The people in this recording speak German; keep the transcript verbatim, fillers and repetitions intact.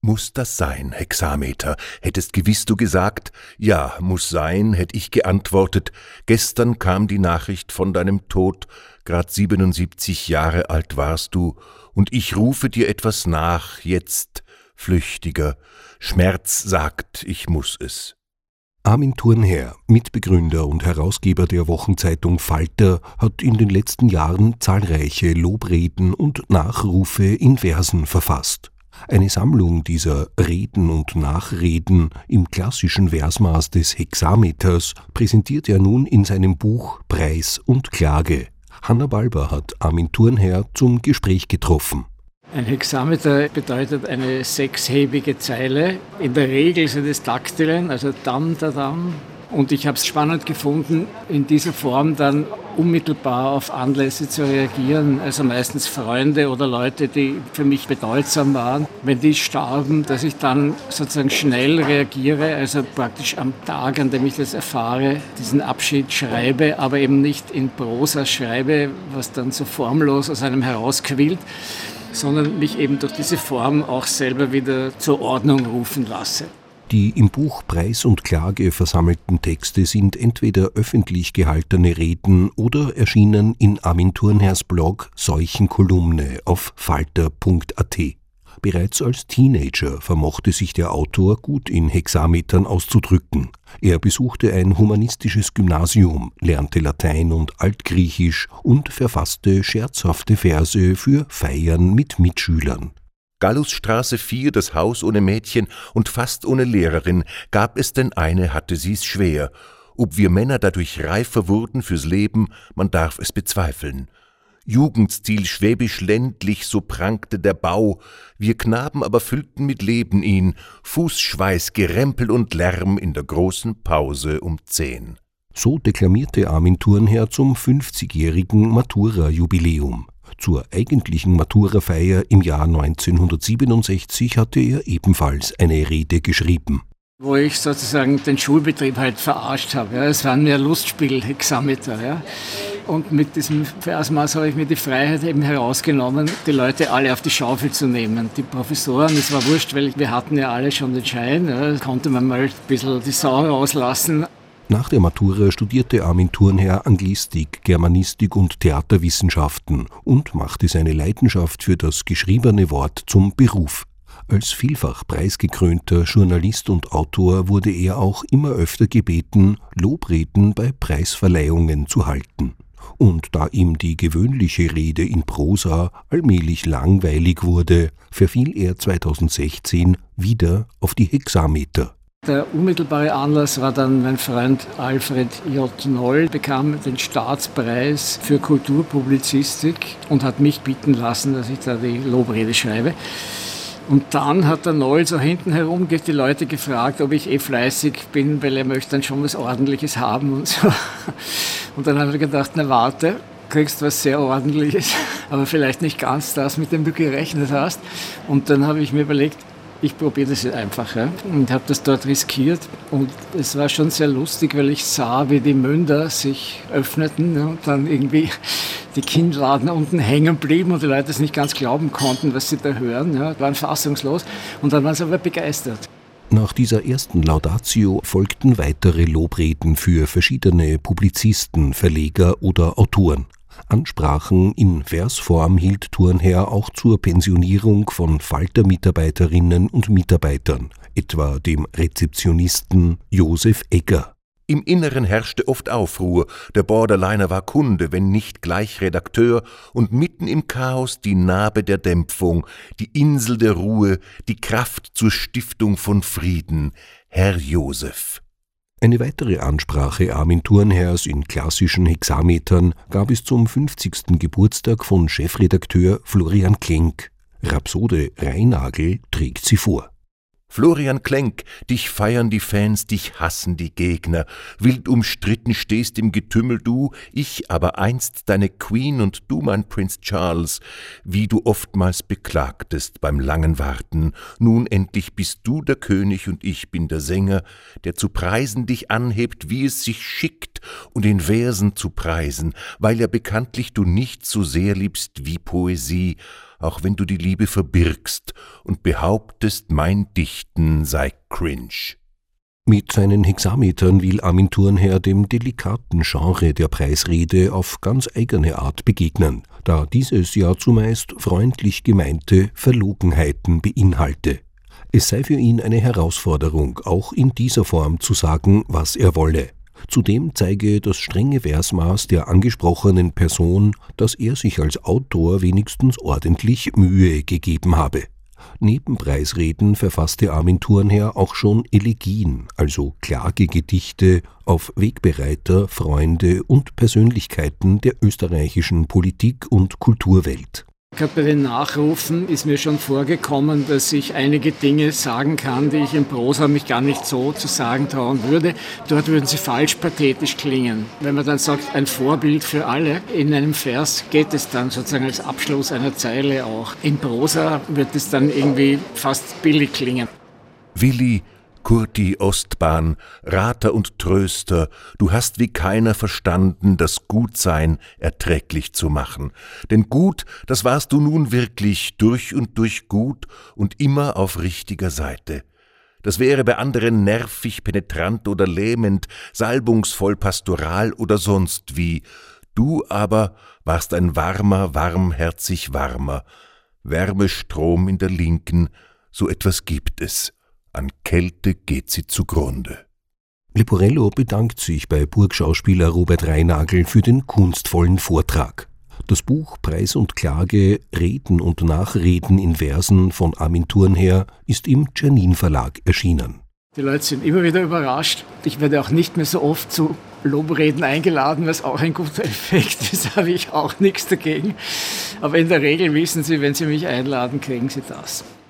Muss das sein, Hexameter? Hättest gewiss du gesagt, ja, muss sein, hätt ich geantwortet, gestern kam die Nachricht von deinem Tod, grad siebenundsiebzig Jahre alt warst du, und ich rufe dir etwas nach, jetzt, flüchtiger, Schmerz sagt, ich muß es. Armin Thurnherr, Mitbegründer und Herausgeber der Wochenzeitung Falter, hat in den letzten Jahren zahlreiche Lobreden und Nachrufe in Versen verfasst. Eine Sammlung dieser Reden und Nachreden im klassischen Versmaß des Hexameters präsentiert er nun in seinem Buch Preis und Klage. Hanna Balber hat Armin Thurnherr zum Gespräch getroffen. Ein Hexameter bedeutet eine sechshebige Zeile. In der Regel sind es Taktilen, also Dam, da, Dam. Und ich habe es spannend gefunden, in dieser Form dann unmittelbar auf Anlässe zu reagieren. Also meistens Freunde oder Leute, die für mich bedeutsam waren. Wenn die starben, dass ich dann sozusagen schnell reagiere, also praktisch am Tag, an dem ich das erfahre, diesen Abschied schreibe, aber eben nicht in Prosa schreibe, was dann so formlos aus einem herausquillt, sondern mich eben durch diese Form auch selber wieder zur Ordnung rufen lasse. Die im Buch Preis und Klage versammelten Texte sind entweder öffentlich gehaltene Reden oder erschienen in Armin Thurnherrs Blog Seuchenkolumne auf falter punkt a t. Bereits als Teenager vermochte sich der Autor gut in Hexametern auszudrücken. Er besuchte ein humanistisches Gymnasium, lernte Latein und Altgriechisch und verfasste scherzhafte Verse für Feiern mit Mitschülern. Gallusstraße vier, das Haus ohne Mädchen und fast ohne Lehrerin, gab es denn eine, hatte sie's schwer. Ob wir Männer dadurch reifer wurden fürs Leben, man darf es bezweifeln. Jugendstil schwäbisch-ländlich, so prangte der Bau, wir Knaben aber füllten mit Leben ihn, Fußschweiß, Gerempel und Lärm in der großen Pause um zehn. So deklamierte Armin Thurnherr zum fünfzigjährigen Matura-Jubiläum. Zur eigentlichen Maturafeier im Jahr neunzehnhundertsiebenundsechzig hatte er ebenfalls eine Rede geschrieben. Wo ich sozusagen den Schulbetrieb halt verarscht habe. Ja. Es waren mehr Lustspiel-Hexameter. Ja. Und mit diesem Versmaß habe ich mir die Freiheit eben herausgenommen, die Leute alle auf die Schaufel zu nehmen. Die Professoren, das war wurscht, weil wir hatten ja alle schon den Schein. Ja. Da konnte man mal ein bisschen die Sau rauslassen. Nach der Matura studierte Armin Thurnherr Anglistik, Germanistik und Theaterwissenschaften und machte seine Leidenschaft für das geschriebene Wort zum Beruf. Als vielfach preisgekrönter Journalist und Autor wurde er auch immer öfter gebeten, Lobreden bei Preisverleihungen zu halten. Und da ihm die gewöhnliche Rede in Prosa allmählich langweilig wurde, verfiel er zweitausendsechzehn wieder auf die Hexameter. Der unmittelbare Anlass war dann, mein Freund Alfred J. Noll bekam den Staatspreis für Kulturpublizistik und hat mich bitten lassen, dass ich da die Lobrede schreibe. Und dann hat der Noll so hinten herum die Leute gefragt, ob ich eh fleißig bin, weil er möchte dann schon was Ordentliches haben und so. Und dann habe ich gedacht, na warte, kriegst was sehr Ordentliches, aber vielleicht nicht ganz das, mit dem du gerechnet hast. Und dann habe ich mir überlegt, ich probiere das jetzt einfach, ja, und habe das dort riskiert. Und es war schon sehr lustig, weil ich sah, wie die Münder sich öffneten, ja, und dann irgendwie die Kinnladen unten hängen blieben und die Leute es nicht ganz glauben konnten, was sie da hören. Ja, waren fassungslos und dann waren sie aber begeistert. Nach dieser ersten Laudatio folgten weitere Lobreden für verschiedene Publizisten, Verleger oder Autoren. Ansprachen in Versform hielt Thurnherr auch zur Pensionierung von Falter-Mitarbeiterinnen und Mitarbeitern, etwa dem Rezeptionisten Josef Egger. Im Inneren herrschte oft Aufruhr, der Borderliner war Kunde, wenn nicht gleich Redakteur, und mitten im Chaos die Nabe der Dämpfung, die Insel der Ruhe, die Kraft zur Stiftung von Frieden, Herr Josef. Eine weitere Ansprache Armin Thurnherrs in klassischen Hexametern gab es zum fünfzigsten Geburtstag von Chefredakteur Florian Klenk. Rhapsode Reinagel trägt sie vor. Florian Klenk, dich feiern die Fans, dich hassen die Gegner. Wild umstritten stehst im Getümmel du, ich aber einst deine Queen und du mein Prinz Charles. Wie du oftmals beklagtest beim langen Warten, nun endlich bist du der König und ich bin der Sänger, der zu Preisen dich anhebt, wie es sich schickt, und in Versen zu preisen, weil ja bekanntlich du nichts so sehr liebst wie Poesie, auch wenn du die Liebe verbirgst und behauptest, mein Dichten sei cringe. Mit seinen Hexametern will Armin Thurnherr dem delikaten Genre der Preisrede auf ganz eigene Art begegnen, da dieses ja zumeist freundlich gemeinte Verlogenheiten beinhalte. Es sei für ihn eine Herausforderung, auch in dieser Form zu sagen, was er wolle. Zudem zeige das strenge Versmaß der angesprochenen Person, dass er sich als Autor wenigstens ordentlich Mühe gegeben habe. Neben Preisreden verfasste Armin Thurnherr auch schon Elegien, also Klagegedichte auf Wegbereiter, Freunde und Persönlichkeiten der österreichischen Politik- und Kulturwelt. Gerade bei den Nachrufen ist mir schon vorgekommen, dass ich einige Dinge sagen kann, die ich in Prosa mich gar nicht so zu sagen trauen würde. Dort würden sie falsch pathetisch klingen. Wenn man dann sagt, ein Vorbild für alle, in einem Vers geht es dann sozusagen als Abschluss einer Zeile auch. In Prosa wird es dann irgendwie fast billig klingen. Willi, Kurti Ostbahn, Rater und Tröster, du hast wie keiner verstanden, das Gutsein erträglich zu machen. Denn gut, das warst du nun wirklich, durch und durch gut und immer auf richtiger Seite. Das wäre bei anderen nervig, penetrant oder lähmend, salbungsvoll, pastoral oder sonst wie. Du aber warst ein warmer, warmherzig warmer. Wärmestrom in der Linken, so etwas gibt es. An Kälte geht sie zugrunde. Leporello bedankt sich bei Burgschauspieler Robert Reinagel für den kunstvollen Vortrag. Das Buch Preis und Klage, Reden und Nachreden in Versen von Armin Thurnherr ist im Czernin Verlag erschienen. Die Leute sind immer wieder überrascht. Ich werde auch nicht mehr so oft zu Lobreden eingeladen, was auch ein guter Effekt ist, habe ich auch nichts dagegen. Aber in der Regel wissen Sie, wenn Sie mich einladen, kriegen Sie das.